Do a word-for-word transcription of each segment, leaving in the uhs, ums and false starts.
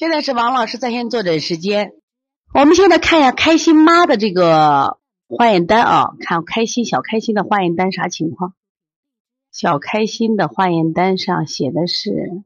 现在是王老师在线坐诊时间。我们现在看一下开心妈的这个化验单啊，看开心小开心的化验单啥情况。小开心的化验单上写的是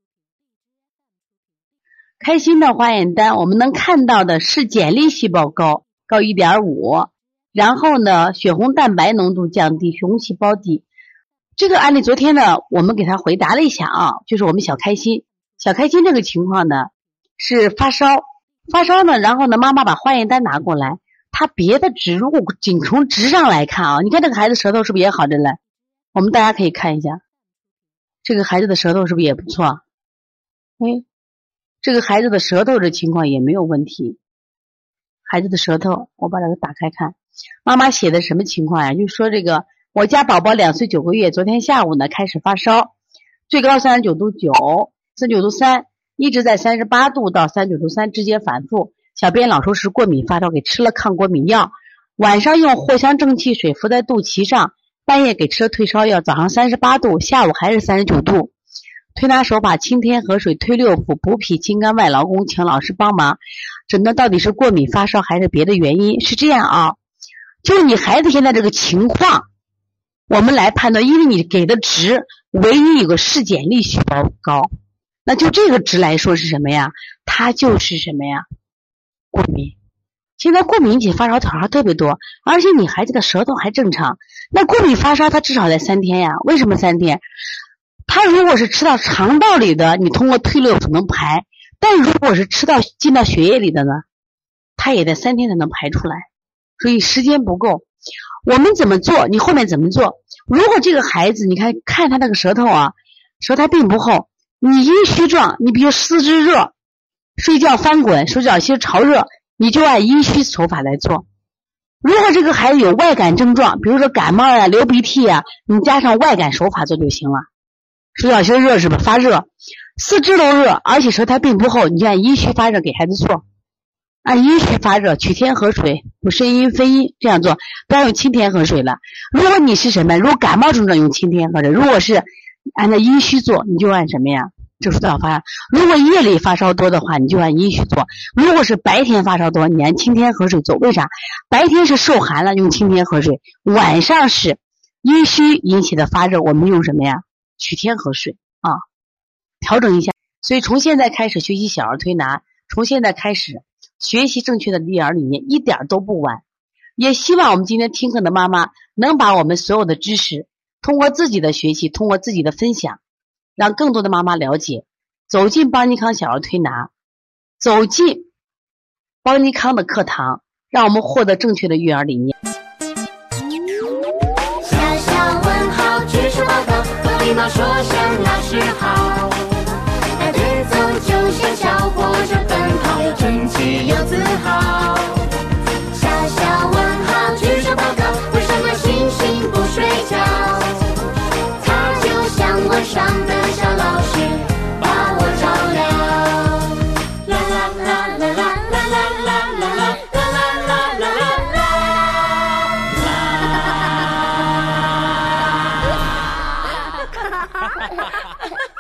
开心的化验单，我们能看到的是碱粒细胞高高 一点五， 然后呢血红蛋白浓度降低，血红细胞低。这个案例昨天呢我们给他回答了一下啊，就是我们小开心小开心这个情况呢是发烧发烧呢，然后呢妈妈把化验单拿过来，他别的值如果仅从值上来看啊，你看这个孩子舌头是不是也好着呢？我们大家可以看一下，这个孩子的舌头是不是也不错？哎，这个孩子的舌头这情况也没有问题。孩子的舌头我把这个打开看，妈妈写的什么情况呀？就说这个我家宝宝两岁九个月，昨天下午呢开始发烧，最高三十九度九，三十九度三，一直在三十八度到三十九度三之间反复。小编老说是过敏发烧，给吃了抗过敏药，晚上用藿香正气水敷在肚脐上，半夜给吃了退烧药，早上三十八度，下午还是三十九度。推拿手法清天河水推六腑，补脾清肝外劳宫，请老师帮忙诊断到底是过敏发烧还是别的原因。是这样啊，就是你孩子现在这个情况我们来判断，因为你给的值唯一有个视碱粒细胞高，那就这个值来说是什么呀？它就是什么呀？过敏。现在过敏引起发烧条特别多，而且你孩子的舌头还正常，那过敏发烧它至少在三天呀。为什么三天？它如果是吃到肠道里的，你通过退六腑能排，但如果是吃到进到血液里的呢，它也在三天才能排出来，所以时间不够。我们怎么做？你后面怎么做？如果这个孩子你看看他那个舌头啊，舌苔并不厚，你阴虚状，你比如四肢热，睡觉翻滚，手脚心潮热，你就按阴虚手法来做。如果这个孩子有外感症状，比如说感冒呀、流鼻涕呀，你加上外感手法做就行了。手脚心热是吧？发热，四肢都热，而且舌苔并不厚，你就按阴虚发热给孩子做。按阴虚发热，取天河水，补肾阴分阴，这样做，不要用清天河水了。如果你是什么？如果感冒症状用清天河水，如果是按照阴虚做，你就按什么呀？这是早发。如果夜里发烧多的话，你就按阴虚做；如果是白天发烧多，你按清天河水做。为啥？白天是受寒了，用清天河水；晚上是阴虚引起的发热，我们用什么呀？取天河水啊，调整一下。所以从现在开始学习小儿推拿，从现在开始学习正确的育儿理念，一点都不晚。也希望我们今天听课的妈妈能把我们所有的知识通过自己的学习，通过自己的分享，让更多的妈妈了解，走进邦尼康小儿推拿，走进邦尼康的课堂，让我们获得正确的育儿理念。 小小问号举手报告，和礼貌说声老师好。排队走就像小火车奔跑，有争气有自豪。小小问号举手报告，为什么星星不睡觉？它就像晚上的小老师，把我照亮。啦啦啦啦啦啦啦啦啦啦啦啦啦啦啦。